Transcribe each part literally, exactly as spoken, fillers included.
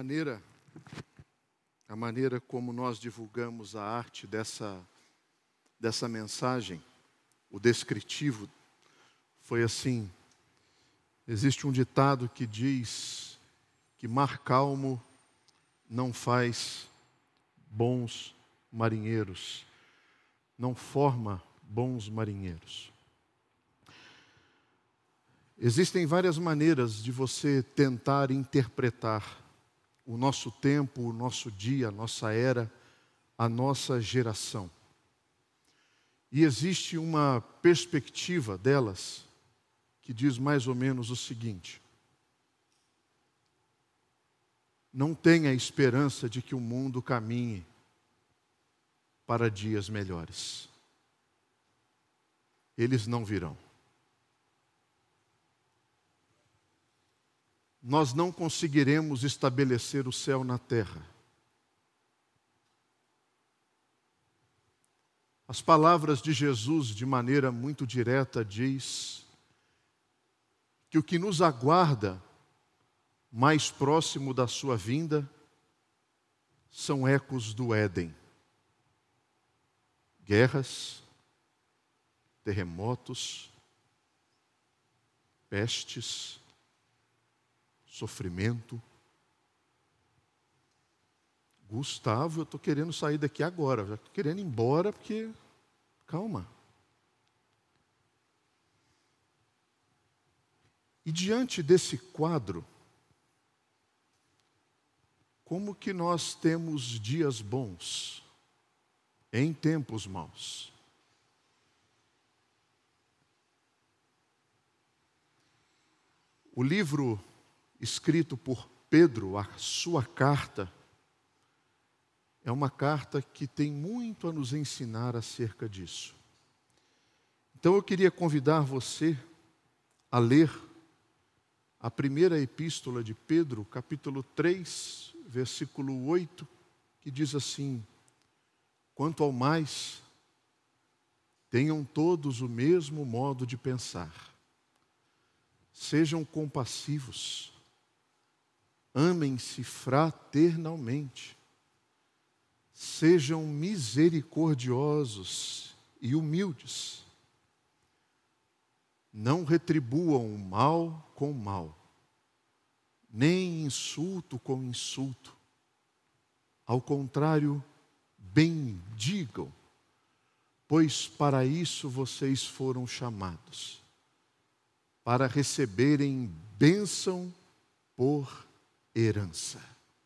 maneira, a maneira como nós divulgamos a arte dessa, dessa mensagem, o descritivo, foi assim. Existe um ditado que diz que mar calmo não faz bons marinheiros, não forma bons marinheiros. Existem várias maneiras de você tentar interpretar o nosso tempo, o nosso dia, a nossa era, a nossa geração. E existe uma perspectiva delas que diz mais ou menos o seguinte: não tenha esperança de que o mundo caminhe para dias melhores. Eles não virão. Nós não conseguiremos estabelecer o céu na terra. As palavras de Jesus, de maneira muito direta, diz que o que nos aguarda mais próximo da sua vinda são ecos do Éden. Guerras, terremotos, pestes, sofrimento. Gustavo, eu estou querendo sair daqui agora, já estou querendo ir embora porque... Calma. E diante desse quadro, como que nós temos dias bons em tempos maus? O livro escrito por Pedro, a sua carta, é uma carta que tem muito a nos ensinar acerca disso. Então eu queria convidar você a ler a primeira epístola de Pedro, capítulo três, versículo oito, que diz assim: quanto ao mais, tenham todos o mesmo modo de pensar. Sejam compassivos, amem-se fraternalmente, sejam misericordiosos e humildes. Não retribuam o mal com o mal, nem insulto com insulto. Ao contrário, bendigam, pois para isso vocês foram chamados, para receberem bênção por herança.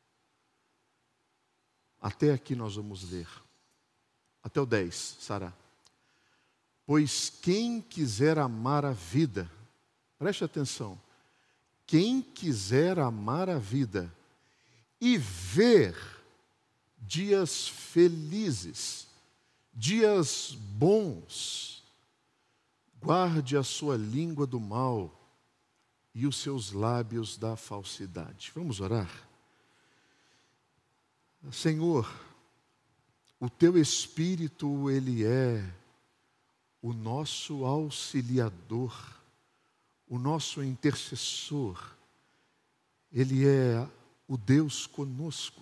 Até aqui nós vamos ler. Até o dez, Sara. Pois quem quiser amar a vida, preste atenção, quem quiser amar a vida e ver dias felizes, dias bons, guarde a sua língua do mal e os seus lábios da falsidade. Vamos orar? Senhor, o Teu Espírito, Ele é o nosso auxiliador, o nosso intercessor. Ele é o Deus conosco.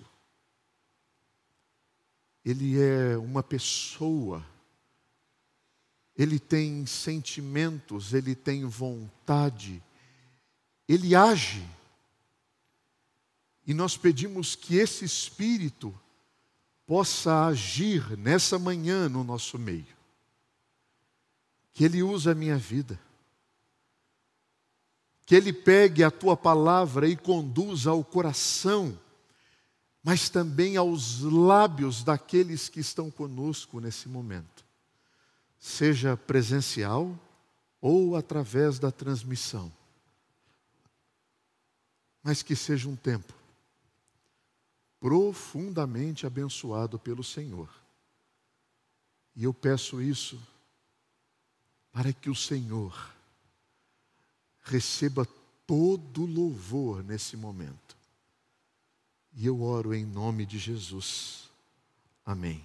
Ele é uma pessoa. Ele tem sentimentos, Ele tem vontade, Ele age. E nós pedimos que esse Espírito possa agir nessa manhã no nosso meio. Que Ele use a minha vida. Que Ele pegue a Tua palavra e conduza ao coração, mas também aos lábios daqueles que estão conosco nesse momento. Seja presencial ou através da transmissão. Mas que seja um tempo profundamente abençoado pelo Senhor. E eu peço isso para que o Senhor receba todo louvor nesse momento. E eu oro em nome de Jesus. Amém.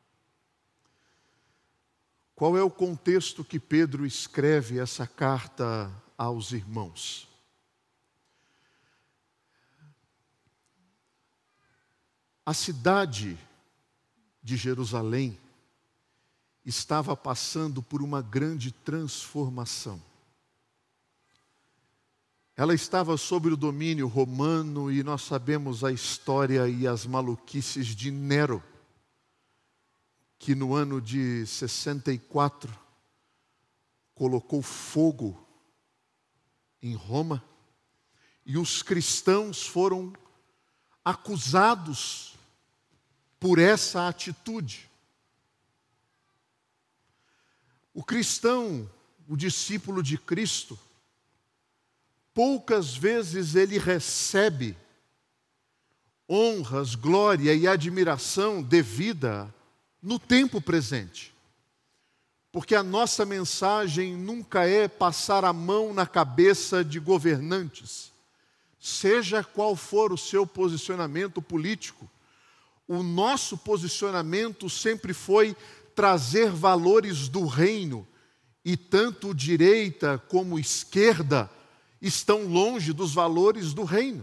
Qual é o contexto que Pedro escreve essa carta aos irmãos? A cidade de Jerusalém estava passando por uma grande transformação. Ela estava sob o domínio romano e nós sabemos a história e as maluquices de Nero, que no ano de sessenta e quatro colocou fogo em Roma e os cristãos foram acusados por essa atitude. O cristão, o discípulo de Cristo, poucas vezes ele recebe honras, glória e admiração devida no tempo presente. Porque a nossa mensagem nunca é passar a mão na cabeça de governantes, seja qual for o seu posicionamento político. O nosso posicionamento sempre foi trazer valores do reino, e tanto direita como esquerda estão longe dos valores do reino.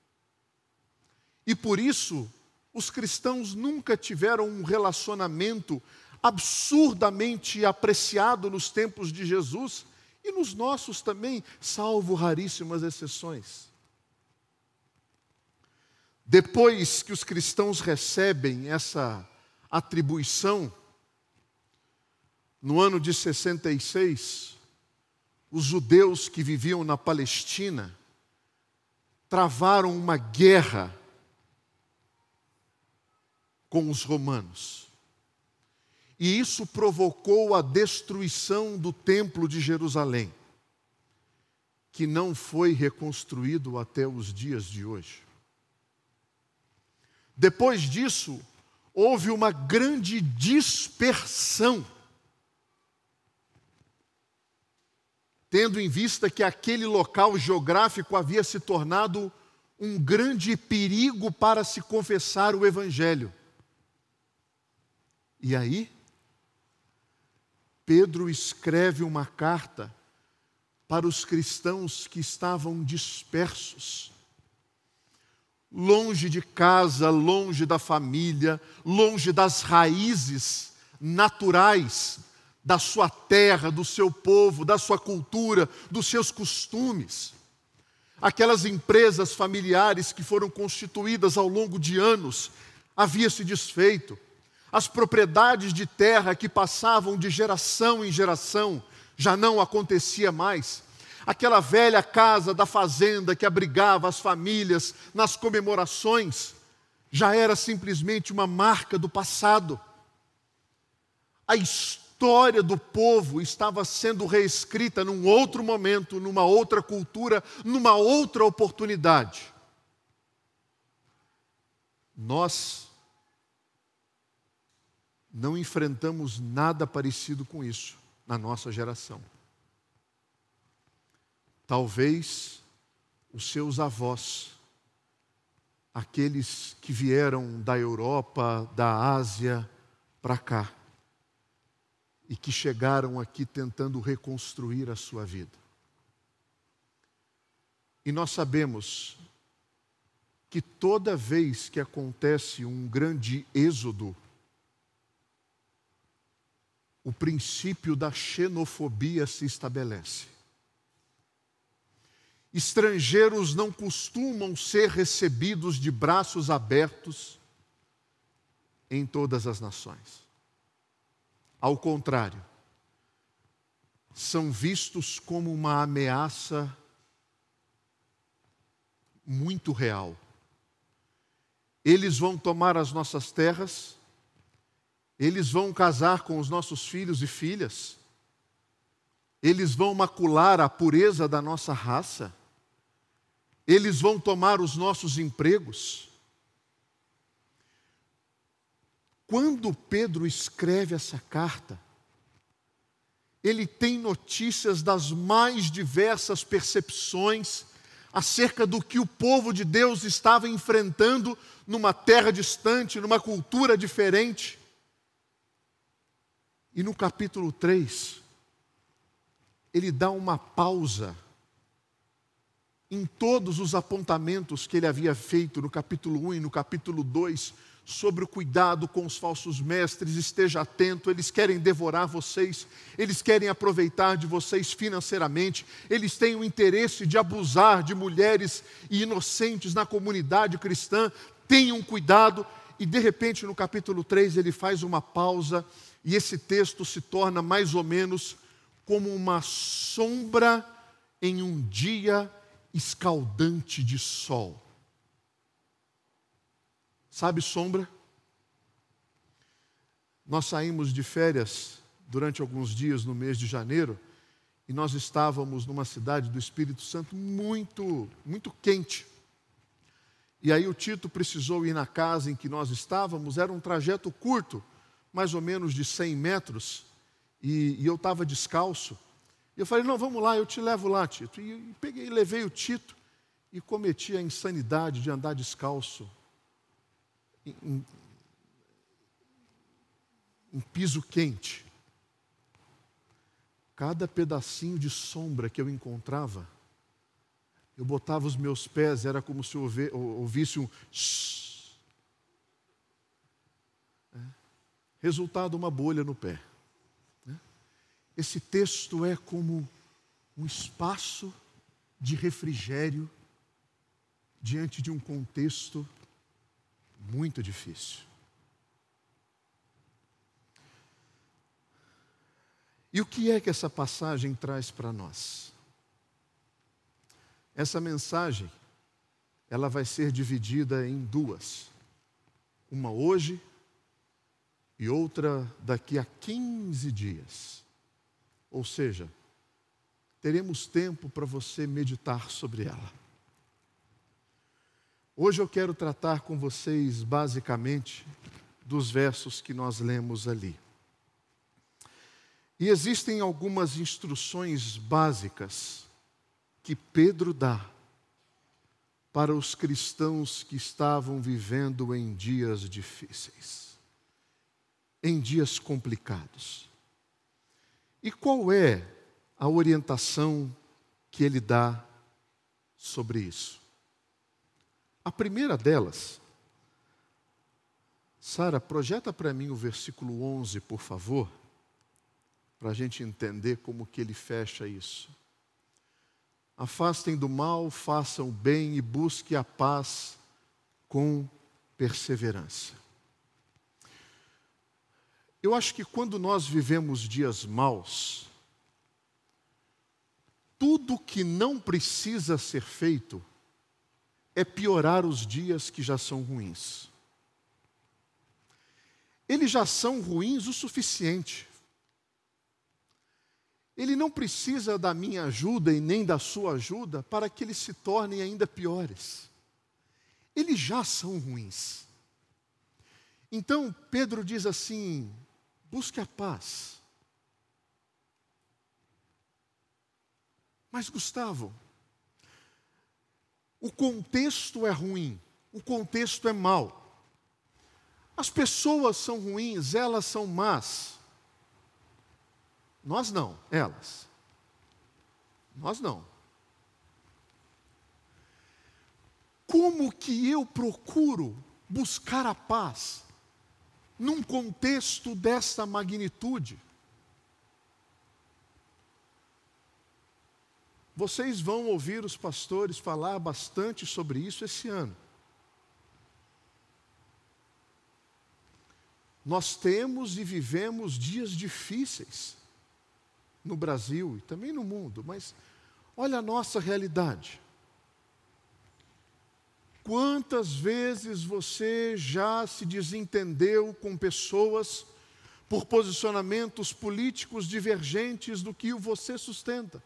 E por isso, os cristãos nunca tiveram um relacionamento absurdamente apreciado nos tempos de Jesus, e nos nossos também, salvo raríssimas exceções. Depois que os cristãos recebem essa atribuição, no ano de sessenta e seis, os judeus que viviam na Palestina travaram uma guerra com os romanos. E isso provocou a destruição do templo de Jerusalém, que não foi reconstruído até os dias de hoje. Depois disso, houve uma grande dispersão, tendo em vista que aquele local geográfico havia se tornado um grande perigo para se confessar o Evangelho. E aí, Pedro escreve uma carta para os cristãos que estavam dispersos, longe de casa, longe da família, longe das raízes naturais da sua terra, do seu povo, da sua cultura, dos seus costumes. Aquelas empresas familiares que foram constituídas ao longo de anos haviam se desfeito. As propriedades de terra que passavam de geração em geração já não acontecia mais. Aquela velha casa da fazenda que abrigava as famílias nas comemorações já era simplesmente uma marca do passado. A história do povo estava sendo reescrita num outro momento, numa outra cultura, numa outra oportunidade. Nós não enfrentamos nada parecido com isso na nossa geração. Talvez os seus avós, aqueles que vieram da Europa, da Ásia para cá, e que chegaram aqui tentando reconstruir a sua vida. E nós sabemos que toda vez que acontece um grande êxodo, o princípio da xenofobia se estabelece. Estrangeiros não costumam ser recebidos de braços abertos em todas as nações. Ao contrário, são vistos como uma ameaça muito real. Eles vão tomar as nossas terras, eles vão casar com os nossos filhos e filhas, eles vão macular a pureza da nossa raça, eles vão tomar os nossos empregos. Quando Pedro escreve essa carta, ele tem notícias das mais diversas percepções acerca do que o povo de Deus estava enfrentando numa terra distante, numa cultura diferente. E no capítulo três, ele dá uma pausa em todos os apontamentos que ele havia feito no capítulo um e no capítulo dois sobre o cuidado com os falsos mestres. Esteja atento, eles querem devorar vocês, eles querem aproveitar de vocês financeiramente, eles têm o interesse de abusar de mulheres e inocentes na comunidade cristã. Tenham cuidado. E de repente no capítulo três ele faz uma pausa e esse texto se torna mais ou menos como uma sombra em um dia escaldante de sol. Sabe sombra? Nós saímos de férias durante alguns dias no mês de janeiro e nós estávamos numa cidade do Espírito Santo muito, muito quente. E aí o Tito precisou ir na casa em que nós estávamos, era um trajeto curto, mais ou menos de cem metros, e, e eu estava descalço. E eu falei, não, vamos lá, eu te levo lá, Tito. E, e peguei, levei o Tito e cometi a insanidade de andar descalço. Em, em, em piso quente. Cada pedacinho de sombra que eu encontrava, eu botava os meus pés, era como se eu ouvisse um shhh. É. Resultado, uma bolha no pé. É. Esse texto é como um espaço de refrigério diante de um contexto muito difícil. E o que é que essa passagem traz para nós? Essa mensagem, ela vai ser dividida em duas. Uma hoje e outra daqui a quinze dias. Ou seja, teremos tempo para você meditar sobre ela. Hoje eu quero tratar com vocês basicamente dos versos que nós lemos ali. E existem algumas instruções básicas que Pedro dá para os cristãos que estavam vivendo em dias difíceis, em dias complicados. E qual é a orientação que ele dá sobre isso? A primeira delas, Sara, projeta para mim o versículo onze, por favor, para a gente entender como que ele fecha isso. Afastem do mal, façam o bem e busquem a paz com perseverança. Eu acho que quando nós vivemos dias maus, tudo que não precisa ser feito é piorar os dias que já são ruins. Eles já são ruins o suficiente. Ele não precisa da minha ajuda e nem da sua ajuda para que eles se tornem ainda piores. Eles já são ruins. Então, Pedro diz assim, busque a paz. Mas, Gustavo, o contexto é ruim, o contexto é mau. As pessoas são ruins, elas são más. Nós não, elas. Nós não. Como que eu procuro buscar a paz num contexto dessa magnitude? Vocês vão ouvir os pastores falar bastante sobre isso esse ano. Nós temos e vivemos dias difíceis no Brasil e também no mundo, mas olha a nossa realidade. Quantas vezes você já se desentendeu com pessoas por posicionamentos políticos divergentes do que você sustenta?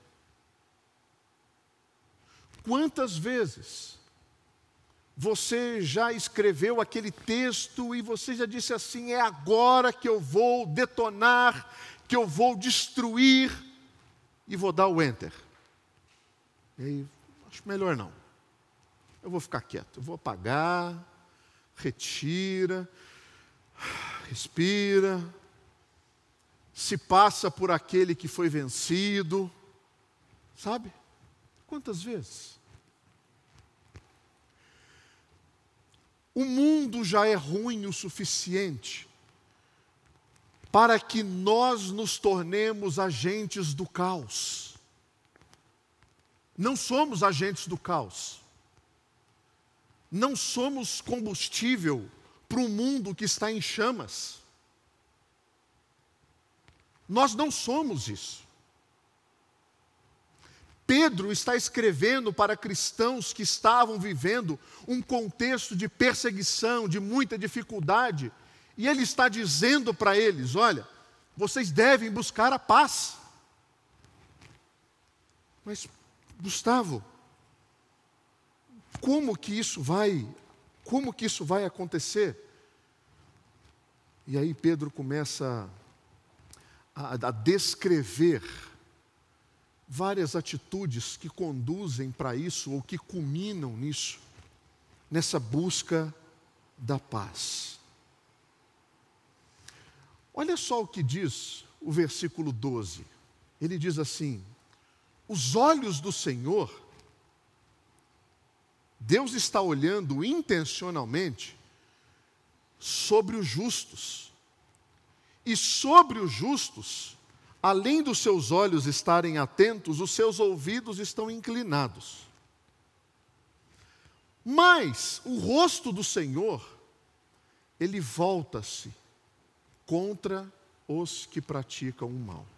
Quantas vezes você já escreveu aquele texto e você já disse assim, é agora que eu vou detonar, que eu vou destruir e vou dar o enter. E aí, acho melhor não. Eu vou ficar quieto, eu vou apagar, retira, respira, se passa por aquele que foi vencido, sabe? Quantas vezes? O mundo já é ruim o suficiente para que nós nos tornemos agentes do caos. Não somos agentes do caos. Não somos combustível para um mundo que está em chamas. Nós não somos isso. Pedro está escrevendo para cristãos que estavam vivendo um contexto de perseguição, de muita dificuldade, e ele está dizendo para eles: olha, vocês devem buscar a paz. Mas, Gustavo, como que isso vai, como que isso vai acontecer? E aí Pedro começa a, a descrever várias atitudes que conduzem para isso, ou que culminam nisso, nessa busca da paz. Olha só o que diz o versículo doze. Ele diz assim: os olhos do Senhor, Deus está olhando intencionalmente sobre os justos. E sobre os justos, além dos seus olhos estarem atentos, os seus ouvidos estão inclinados. Mas o rosto do Senhor, ele volta-se contra os que praticam o mal.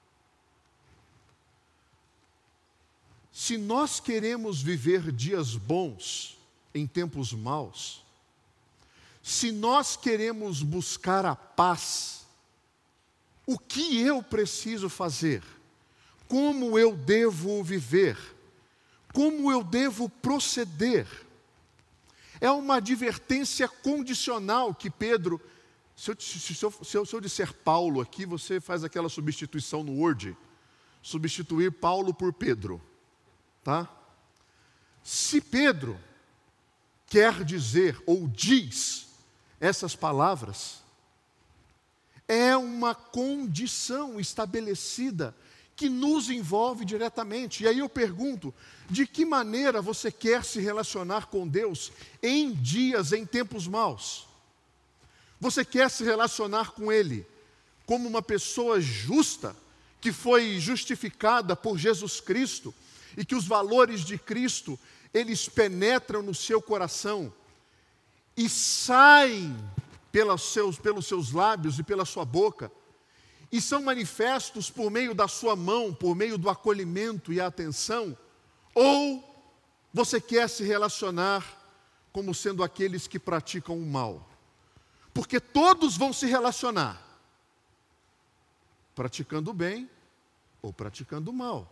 Se nós queremos viver dias bons em tempos maus, se nós queremos buscar a paz, o que eu preciso fazer? Como eu devo viver? Como eu devo proceder? É uma advertência condicional que Pedro, se eu, se, eu, se, eu, se eu disser Paulo aqui, você faz aquela substituição no Word, substituir Paulo por Pedro, tá? Se Pedro quer dizer ou diz essas palavras, é uma condição estabelecida que nos envolve diretamente. E aí eu pergunto, de que maneira você quer se relacionar com Deus em dias, em tempos maus? Você quer se relacionar com Ele como uma pessoa justa, que foi justificada por Jesus Cristo, e que os valores de Cristo, eles penetram no seu coração e saem pelos seus, pelos seus lábios e pela sua boca, e são manifestos por meio da sua mão, por meio do acolhimento e a atenção? Ou você quer se relacionar como sendo aqueles que praticam o mal? Porque todos vão se relacionar, praticando o bem ou praticando o mal.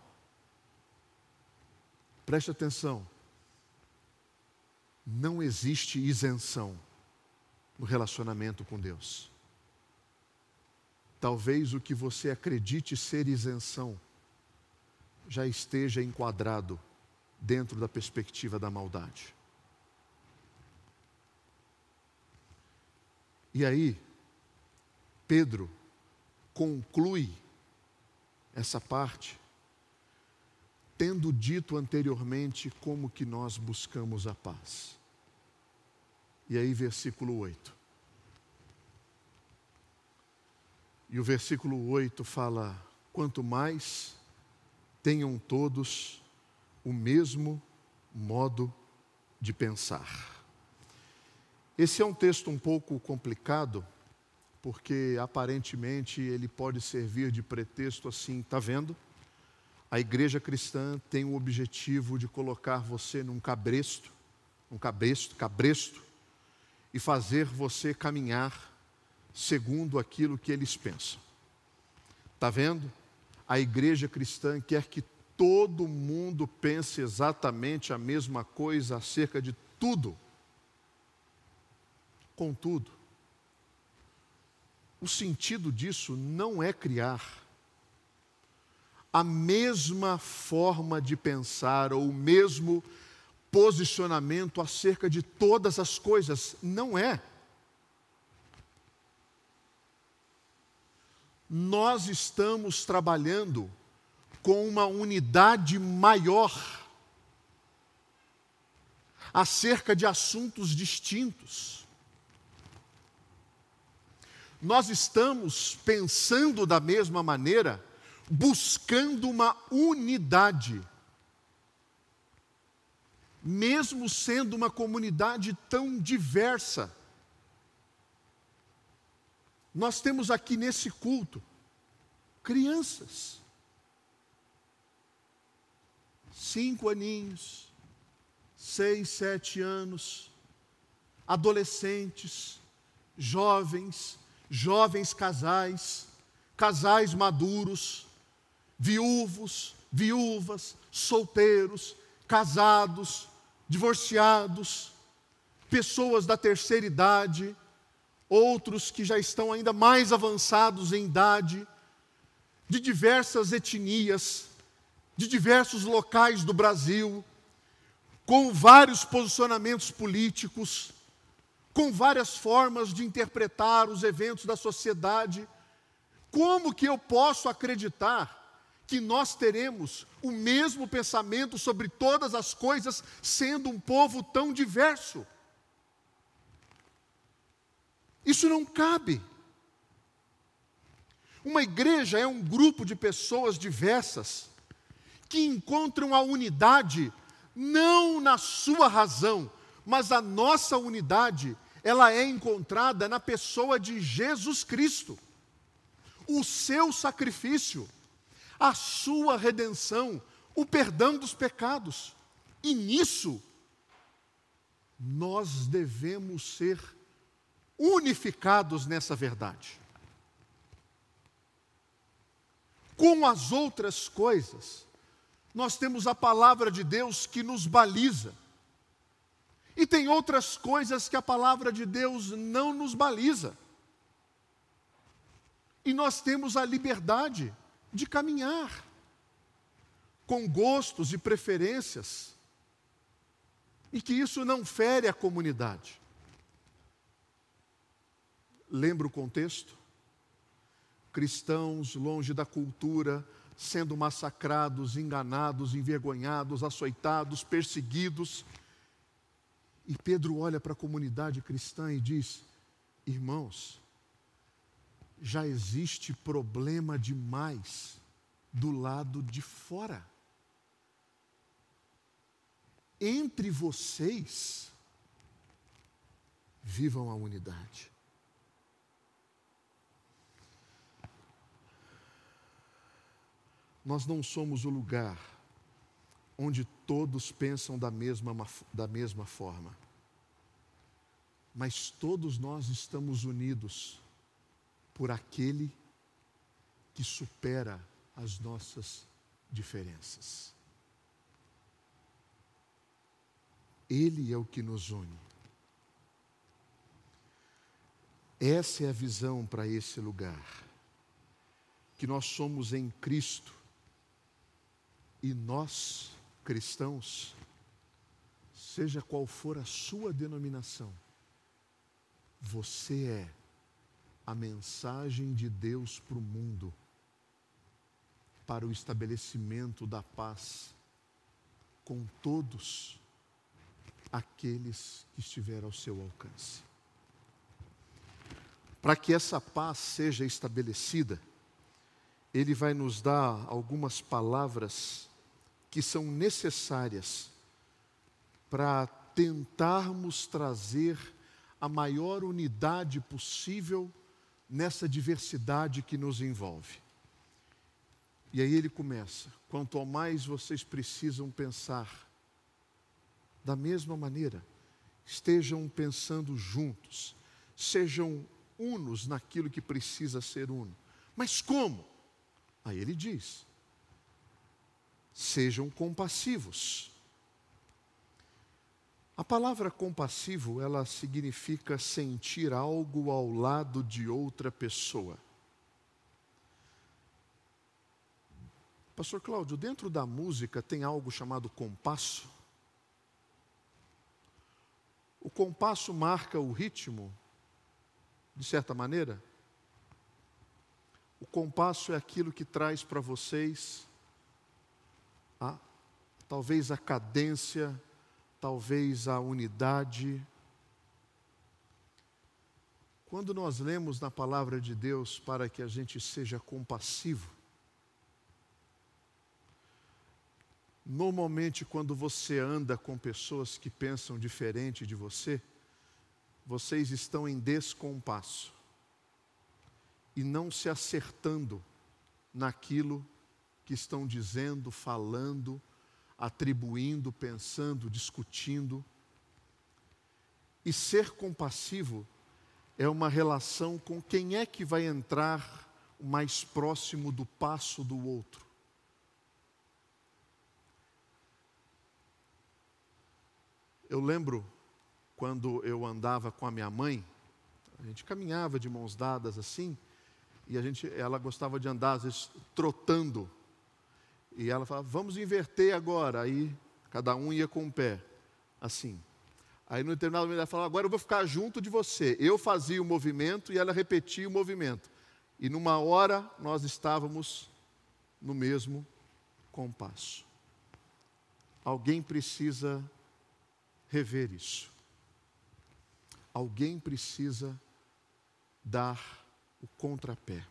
Preste atenção, não existe isenção no relacionamento com Deus. Talvez o que você acredite ser isenção já esteja enquadrado dentro da perspectiva da maldade. E aí, Pedro conclui essa parte, tendo dito anteriormente como que nós buscamos a paz. E aí, versículo oito. E o versículo oito fala: quanto mais tenham todos o mesmo modo de pensar. Esse é um texto um pouco complicado, porque aparentemente ele pode servir de pretexto assim, está vendo? A igreja cristã tem o objetivo de colocar você num cabresto, um cabresto, cabresto, e fazer você caminhar segundo aquilo que eles pensam. Está vendo? A igreja cristã quer que todo mundo pense exatamente a mesma coisa acerca de tudo. Contudo, o sentido disso não é criar a mesma forma de pensar ou o mesmo posicionamento acerca de todas as coisas. Não é. Nós estamos trabalhando com uma unidade maior. acerca de assuntos distintos. Nós estamos pensando da mesma maneira, buscando uma unidade. Mesmo sendo uma comunidade tão diversa. Nós temos aqui nesse culto crianças. Cinco aninhos, seis, sete anos, adolescentes, jovens, jovens casais, casais maduros, viúvos, viúvas, solteiros, casados, divorciados, pessoas da terceira idade, outros que já estão ainda mais avançados em idade, de diversas etnias, de diversos locais do Brasil, com vários posicionamentos políticos, com várias formas de interpretar os eventos da sociedade. Como que eu posso acreditar que nós teremos o mesmo pensamento sobre todas as coisas, sendo um povo tão diverso? Isso não cabe. Uma igreja é um grupo de pessoas diversas, que encontram a unidade, não na sua razão, mas a nossa unidade, ela é encontrada na pessoa de Jesus Cristo. O seu sacrifício, a sua redenção, o perdão dos pecados. E nisso, nós devemos ser unificados nessa verdade. Com as outras coisas, nós temos a palavra de Deus que nos baliza. E tem outras coisas que a palavra de Deus não nos baliza. E nós temos a liberdade de caminhar com gostos e preferências, e que isso não fere a comunidade. Lembra o contexto? Cristãos longe da cultura, sendo massacrados, enganados, envergonhados, açoitados, perseguidos. E Pedro olha para a comunidade cristã e diz: irmãos, já existe problema demais do lado de fora. Entre vocês, vivam a unidade. Nós não somos o lugar onde todos pensam da mesma, da mesma forma. Mas todos nós estamos unidos por aquele que supera as nossas diferenças. Ele é o que nos une. Essa é a visão para esse lugar. Que nós somos em Cristo. E nós, cristãos, seja qual for a sua denominação, você é a mensagem de Deus para o mundo, para o estabelecimento da paz com todos aqueles que estiver ao seu alcance. Para que essa paz seja estabelecida, Ele vai nos dar algumas palavras que são necessárias para tentarmos trazer a maior unidade possível nessa diversidade que nos envolve. E aí ele começa: quanto ao mais vocês precisam pensar da mesma maneira, estejam pensando juntos, sejam unos naquilo que precisa ser uno. Mas como? Aí ele diz: sejam compassivos. A palavra compassivo, ela significa sentir algo ao lado de outra pessoa. Pastor Cláudio, dentro da música tem algo chamado compasso? O compasso marca o ritmo, de certa maneira? O compasso é aquilo que traz para vocês a, talvez a cadência, talvez a unidade. Quando nós lemos na palavra de Deus para que a gente seja compassivo, normalmente quando você anda com pessoas que pensam diferente de você, vocês estão em descompasso e não se acertando naquilo que estão dizendo, falando, atribuindo, pensando, discutindo. E ser compassivo é uma relação com quem é que vai entrar mais próximo do passo do outro. Eu lembro quando eu andava com a minha mãe, a gente caminhava de mãos dadas assim, e a gente, ela gostava de andar, às vezes, trotando. E ela falava, vamos inverter agora. Aí, cada um ia com o pé, assim. Aí, no determinado momento, ela falava, agora eu vou ficar junto de você. Eu fazia o movimento e ela repetia o movimento. E, numa hora, nós estávamos no mesmo compasso. Alguém precisa rever isso. Alguém precisa dar o contrapé.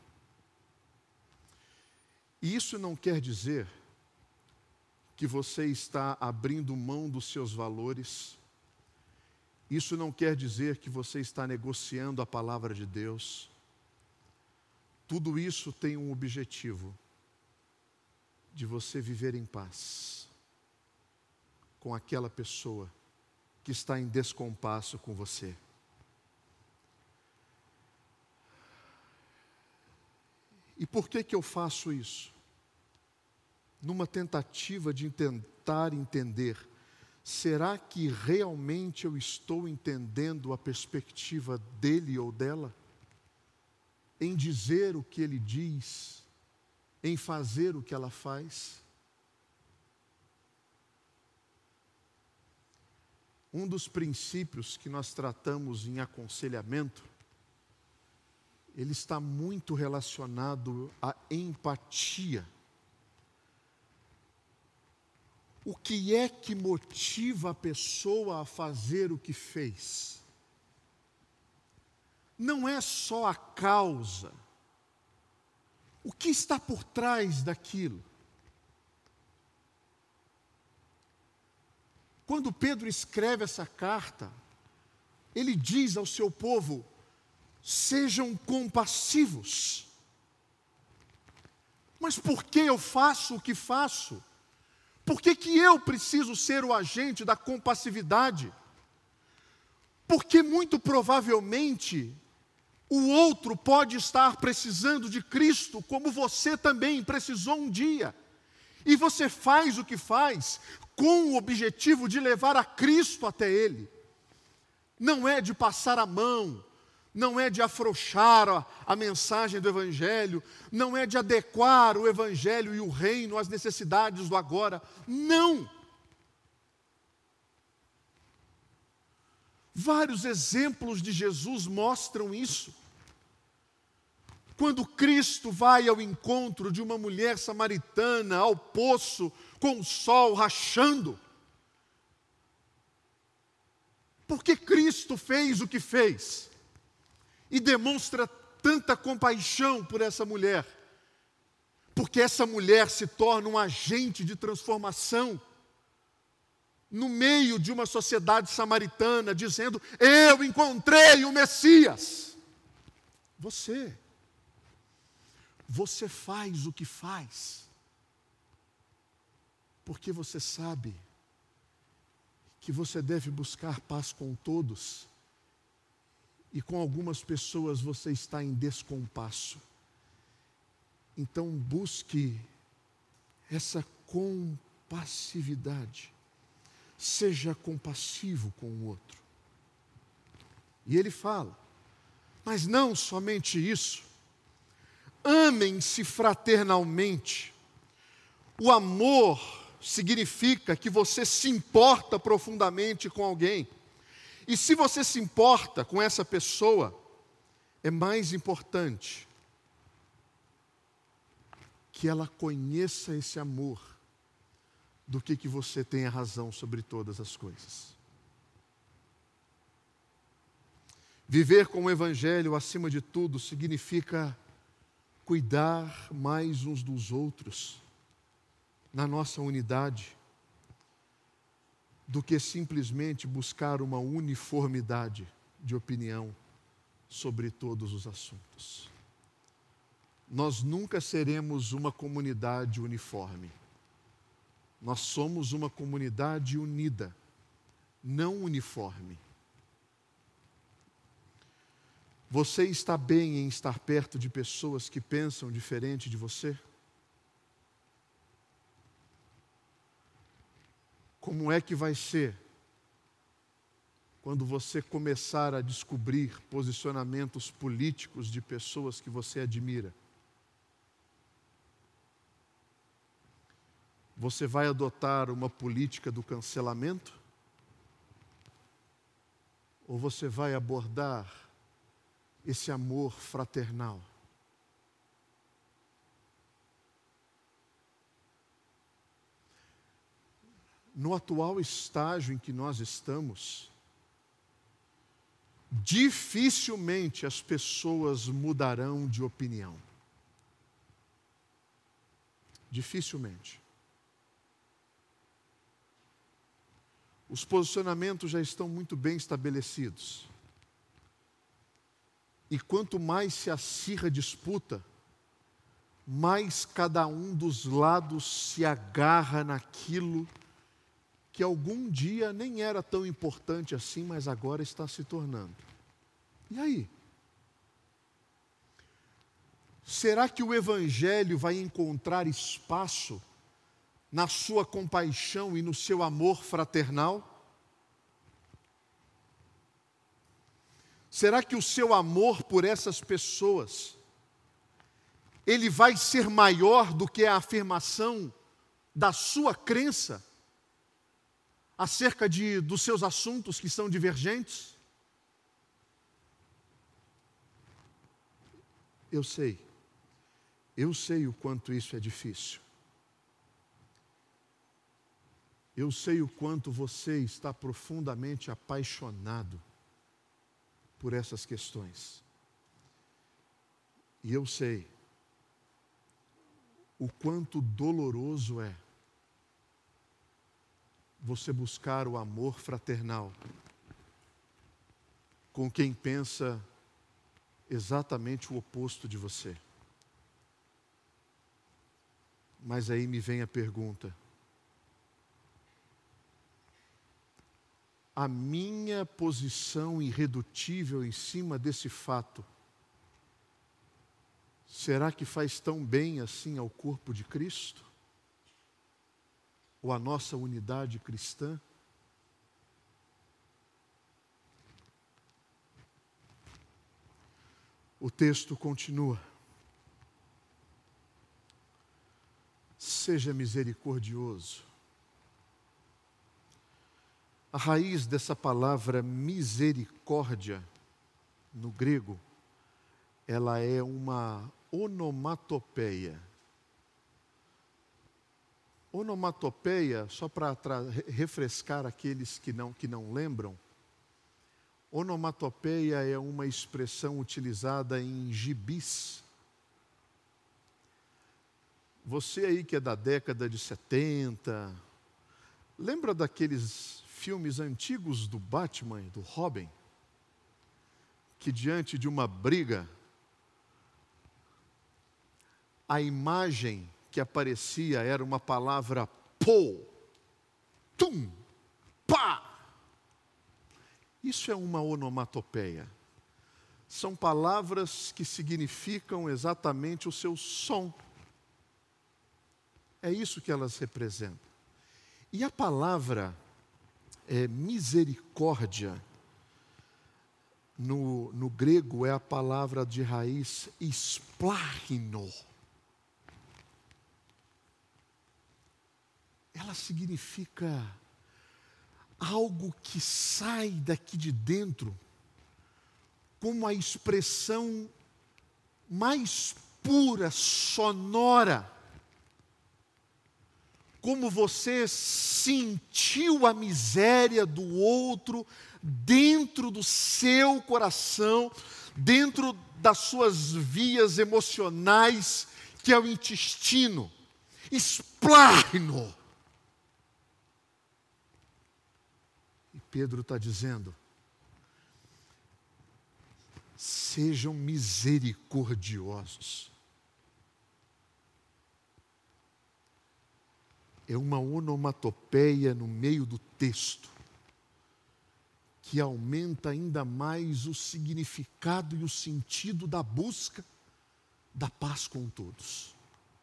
E isso não quer dizer que você está abrindo mão dos seus valores. Isso não quer dizer que você está negociando a palavra de Deus. Tudo isso tem um objetivo: de você viver em paz com aquela pessoa que está em descompasso com você. E por que que eu faço isso? Numa tentativa de tentar entender, será que realmente eu estou entendendo a perspectiva dele ou dela? Em dizer o que ele diz, em fazer o que ela faz? Um dos princípios que nós tratamos em aconselhamento, ele está muito relacionado à empatia. O que é que motiva a pessoa a fazer o que fez? Não é só a causa. O que está por trás daquilo? Quando Pedro escreve essa carta, ele diz ao seu povo, sejam compassivos. Mas por que eu faço o que faço? Por que que eu preciso ser o agente da compassividade? Porque muito provavelmente o outro pode estar precisando de Cristo, como você também precisou um dia. E você faz o que faz com o objetivo de levar a Cristo até Ele. Não é de passar a mão, não é de afrouxar a, a mensagem do Evangelho, não é de adequar o Evangelho e o reino às necessidades do agora. Não! Vários exemplos de Jesus mostram isso. Quando Cristo vai ao encontro de uma mulher samaritana ao poço, com o sol rachando, porque Cristo fez o que fez e demonstra tanta compaixão por essa mulher, porque essa mulher se torna um agente de transformação no meio de uma sociedade samaritana, dizendo, eu encontrei o Messias. Você, você faz o que faz, porque você sabe que você deve buscar paz com todos, e com algumas pessoas você está em descompasso. Então busque essa compassividade. Seja compassivo com o outro. E ele fala, mas não somente isso. Amem-se fraternalmente. O amor significa que você se importa profundamente com alguém. E se você se importa com essa pessoa, é mais importante que ela conheça esse amor do que que você tem a razão sobre todas as coisas. Viver com o Evangelho, acima de tudo, significa cuidar mais uns dos outros, na nossa unidade, do que simplesmente buscar uma uniformidade de opinião sobre todos os assuntos. Nós nunca seremos uma comunidade uniforme. Nós somos uma comunidade unida, não uniforme. Você está bem em estar perto de pessoas que pensam diferente de você? Como é que vai ser quando você começar a descobrir posicionamentos políticos de pessoas que você admira? Você vai adotar uma política do cancelamento? Ou você vai abordar esse amor fraternal? No atual estágio em que nós estamos, dificilmente as pessoas mudarão de opinião. Dificilmente. Os posicionamentos já estão muito bem estabelecidos. E quanto mais se acirra a disputa, mais cada um dos lados se agarra naquilo que algum dia nem era tão importante assim, mas agora está se tornando. E aí? Será que o Evangelho vai encontrar espaço na sua compaixão e no seu amor fraternal? Será que o seu amor por essas pessoas, ele vai ser maior do que a afirmação da sua crença acerca de, dos seus assuntos que são divergentes? Eu sei, eu sei o quanto isso é difícil. Eu sei o quanto você está profundamente apaixonado por essas questões. E eu sei o quanto doloroso é você buscar o amor fraternal com quem pensa exatamente o oposto de você. Mas aí me vem a pergunta: a minha posição irredutível em cima desse fato, será que faz tão bem assim ao corpo de Cristo? Ou à nossa unidade cristã? O texto continua. Seja misericordioso. A raiz dessa palavra misericórdia, no grego, ela é uma onomatopeia. Onomatopeia, só para refrescar aqueles que não, que não lembram, onomatopeia é uma expressão utilizada em gibis. Você aí que é da década de setenta, lembra daqueles filmes antigos do Batman e do Robin? Que diante de uma briga, a imagem que aparecia era uma palavra pô, tum, pá. Isso é uma onomatopeia. São palavras que significam exatamente o seu som. É isso que elas representam. E a palavra é, misericórdia, no, no grego, é a palavra de raiz esplarino. Ela significa algo que sai daqui de dentro como a expressão mais pura, sonora, como você sentiu a miséria do outro dentro do seu coração, dentro das suas vias emocionais, que é o intestino. Explane-no. E Pedro está dizendo: sejam misericordiosos. É uma onomatopeia no meio do texto que aumenta ainda mais o significado e o sentido da busca da paz com todos.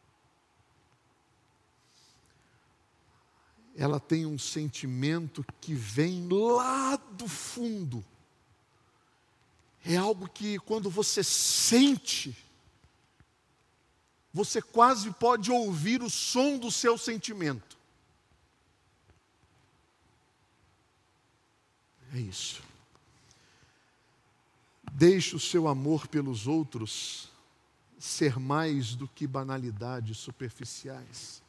Ela tem um sentimento que vem lá do fundo. É algo que, quando você sente, você quase pode ouvir o som do seu sentimento. É isso. Deixe o seu amor pelos outros ser mais do que banalidades superficiais.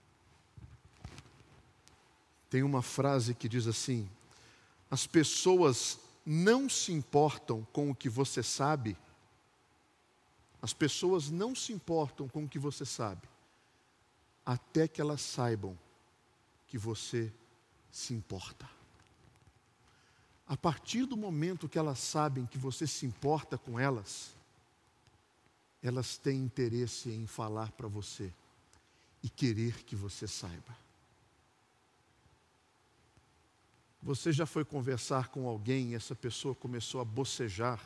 Tem uma frase que diz assim: as pessoas não se importam com o que você sabe. As pessoas não se importam com o que você sabe, até que elas saibam que você se importa. A partir do momento que elas sabem que você se importa com elas, elas têm interesse em falar para você e querer que você saiba. Você já foi conversar com alguém e essa pessoa começou a bocejar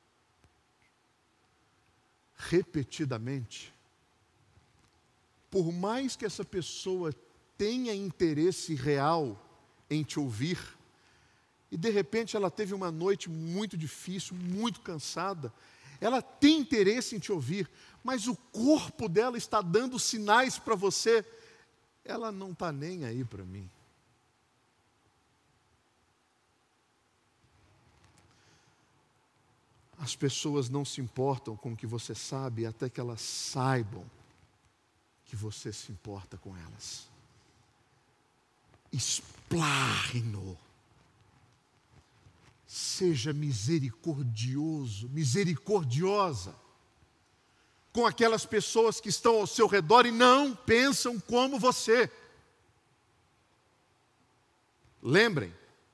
repetidamente? Por mais que essa pessoa tenha interesse real em te ouvir, e de repente ela teve uma noite muito difícil, muito cansada, ela tem interesse em te ouvir, mas o corpo dela está dando sinais para você: ela não está nem aí para mim. As pessoas não se importam com o que você sabe até que elas saibam que você se importa com elas. Explane-no. Seja misericordioso, misericordiosa com aquelas pessoas que estão ao seu redor e não pensam como você. Lembrem,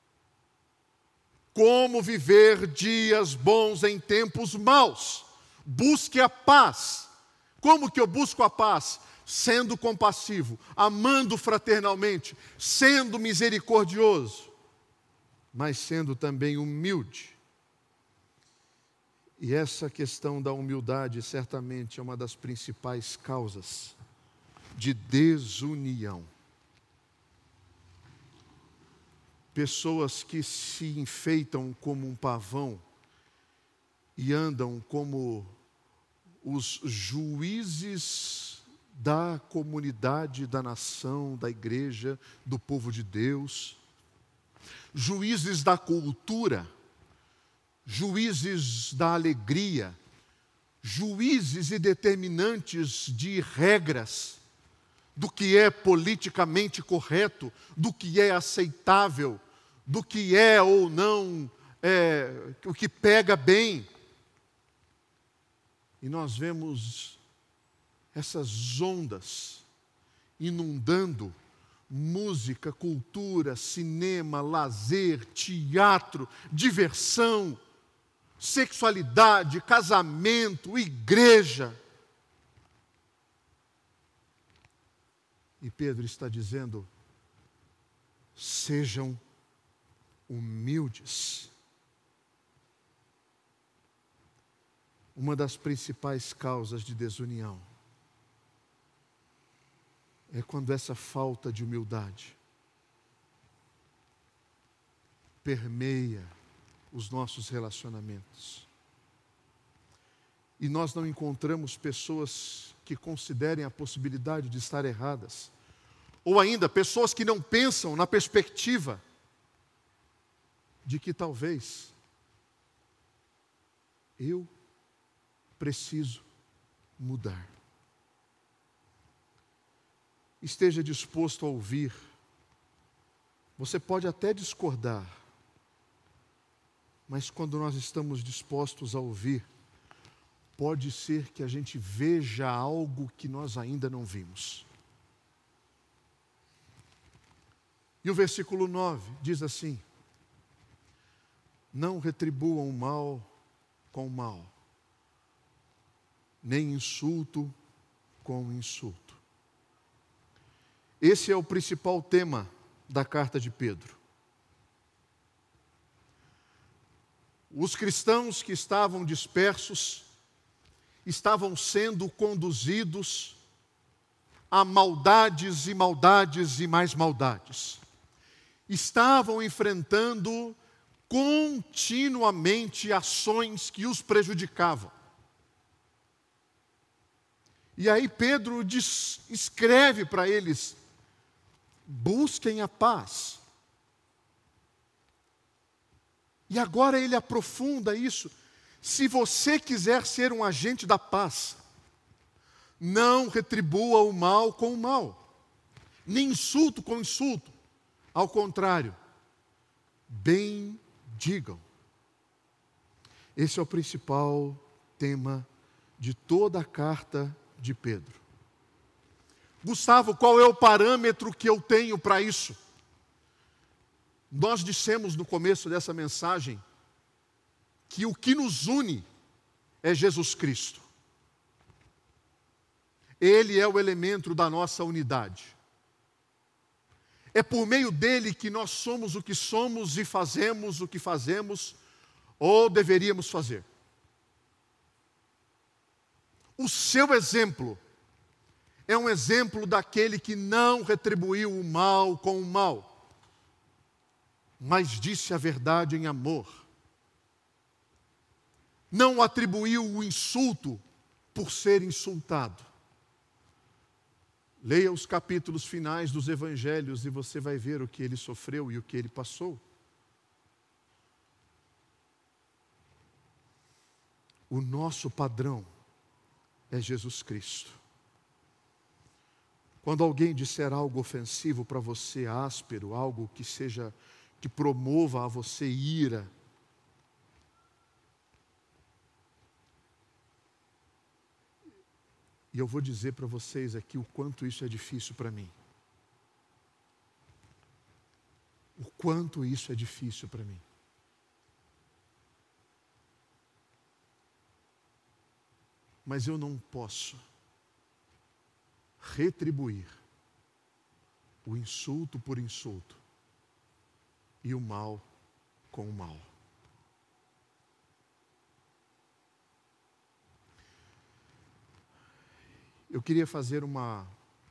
como viver dias bons em tempos maus. Busque a paz. Como que eu busco a paz? Sendo compassivo, amando fraternalmente, sendo misericordioso, mas sendo também humilde. E essa questão da humildade certamente é uma das principais causas de desunião. Pessoas que se enfeitam como um pavão e andam como os juízes da comunidade, da nação, da igreja, do povo de Deus, juízes da cultura, juízes da alegria, juízes e determinantes de regras, do que é politicamente correto, do que é aceitável, do que é ou não, é, o que pega bem. E nós vemos essas ondas inundando música, cultura, cinema, lazer, teatro, diversão, sexualidade, casamento, igreja. E Pedro está dizendo: sejam humildes. Uma das principais causas de desunião é quando essa falta de humildade permeia os nossos relacionamentos. E nós não encontramos pessoas que considerem a possibilidade de estar erradas. Ou ainda, pessoas que não pensam na perspectiva de que talvez eu preciso mudar. esteja disposto a ouvir. Você pode até discordar, mas quando nós estamos dispostos a ouvir, pode ser que a gente veja algo que nós ainda não vimos. E o versículo nove diz assim: não retribuam o mal com o mal, nem insulto com insulto. Esse é o principal tema da carta de Pedro. Os cristãos que estavam dispersos estavam sendo conduzidos a maldades e maldades e mais maldades. Estavam enfrentando continuamente ações que os prejudicavam. E aí Pedro diz, escreve para eles: busquem a paz. E agora ele aprofunda isso. Se você quiser ser um agente da paz, não retribua o mal com o mal, nem insulto com insulto. Ao contrário, bem digam. Esse é o principal tema de toda a carta de Pedro. Gustavo, qual é o parâmetro que eu tenho para isso? Nós dissemos no começo dessa mensagem que o que nos une é Jesus Cristo. Ele é o elemento da nossa unidade. É por meio dele que nós somos o que somos e fazemos o que fazemos ou deveríamos fazer. O seu exemplo é um exemplo daquele que não retribuiu o mal com o mal, mas disse a verdade em amor. Não atribuiu o insulto por ser insultado. Leia os capítulos finais dos evangelhos e você vai ver o que ele sofreu e o que ele passou. O nosso padrão é Jesus Cristo. Quando alguém disser algo ofensivo para você, áspero, algo que seja, que promova a você ira, e eu vou dizer para vocês aqui o quanto isso é difícil para mim. O quanto isso é difícil para mim. Mas eu não posso retribuir o insulto por insulto e o mal com o mal. Eu queria fazer uma,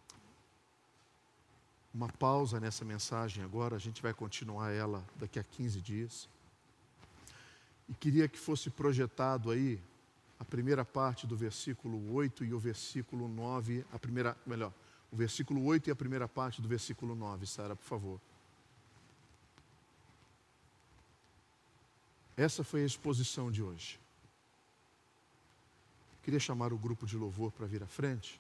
uma pausa nessa mensagem agora, a gente vai continuar ela daqui a quinze dias. E queria que fosse projetado aí a primeira parte do versículo oito e o versículo nove, a primeira, melhor, o versículo oito e a primeira parte do versículo nove, Sara, por favor. Essa foi a exposição de hoje. Queria chamar o grupo de louvor para vir à frente.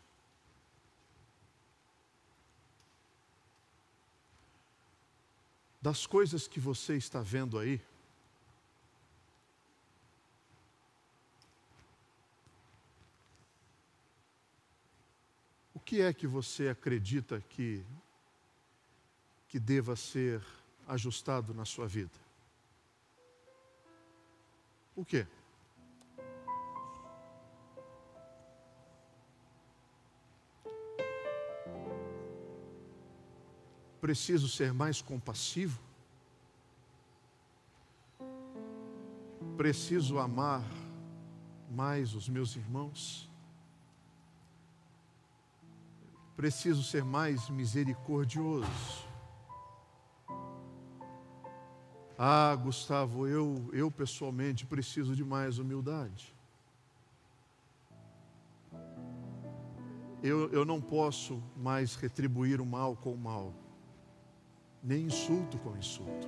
Das coisas que você está vendo aí, o que é que você acredita que, que deva ser ajustado na sua vida? O quê? Preciso ser mais compassivo? Preciso amar mais os meus irmãos? Preciso ser mais misericordioso? Ah, Gustavo, eu, eu pessoalmente preciso de mais humildade. Eu, eu não posso mais retribuir o mal com o mal, nem insulto com insulto.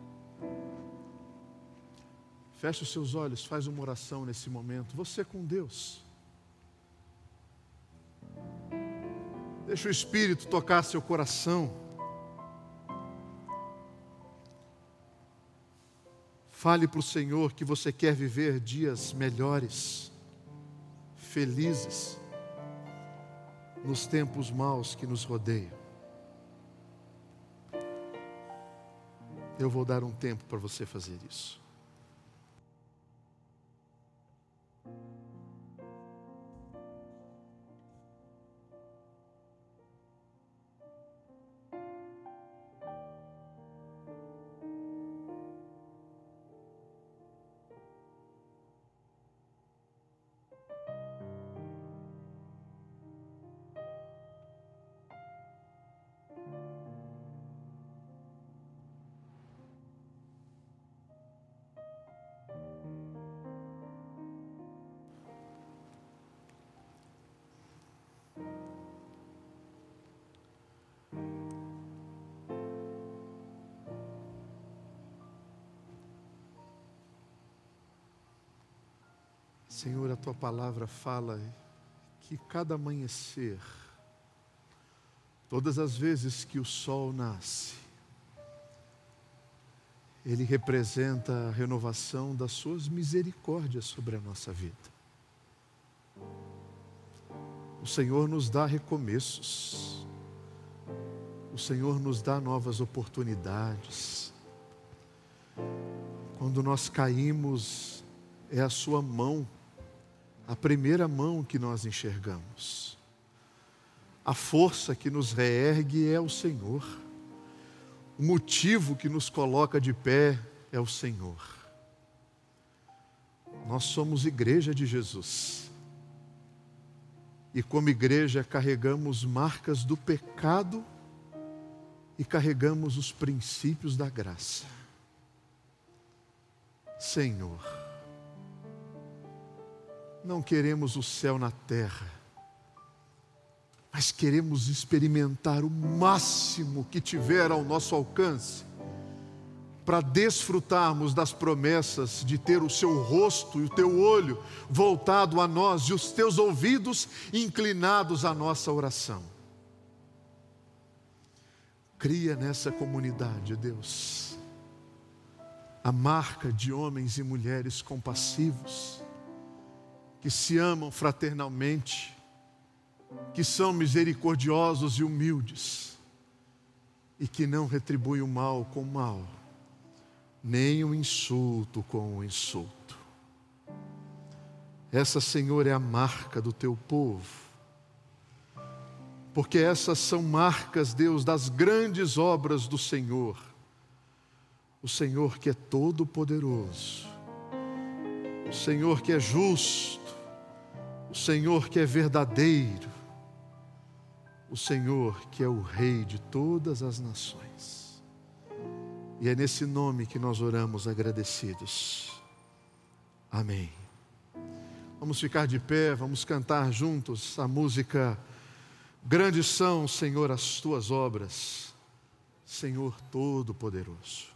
Feche os seus olhos, faz uma oração nesse momento, você com Deus. Deixa o Espírito tocar seu coração. Fale para o Senhor que você quer viver dias melhores, felizes, nos tempos maus que nos rodeiam. Eu vou dar um tempo para você fazer isso. Senhor, a Tua palavra fala que cada amanhecer, todas as vezes que o sol nasce, ele representa a renovação das Suas misericórdias sobre a nossa vida. O Senhor nos dá recomeços, o Senhor nos dá novas oportunidades. Quando nós caímos, é a Sua mão, a primeira mão que nós enxergamos. A força que nos reergue é o Senhor. O motivo que nos coloca de pé é o Senhor. Nós somos igreja de Jesus. E como igreja carregamos marcas do pecado e carregamos os princípios da graça. Senhor, não queremos o céu na terra, mas queremos experimentar o máximo que tiver ao nosso alcance, para desfrutarmos das promessas de ter o Seu rosto e o Teu olho voltado a nós e os Teus ouvidos inclinados à nossa oração. Cria nessa comunidade, Deus, a marca de homens e mulheres compassivos, que se amam fraternalmente, que são misericordiosos e humildes, e que não retribuem o mal com o mal, nem o insulto com o insulto. Essa, Senhor, é a marca do Teu povo, porque essas são marcas, Deus, das grandes obras do Senhor. O Senhor que é todo-poderoso, o Senhor que é justo, o Senhor que é verdadeiro, o Senhor que é o Rei de todas as nações. E é nesse nome que nós oramos agradecidos. Amém. Vamos ficar de pé, vamos cantar juntos a música Grandes são, Senhor, as Tuas obras, Senhor Todo-Poderoso.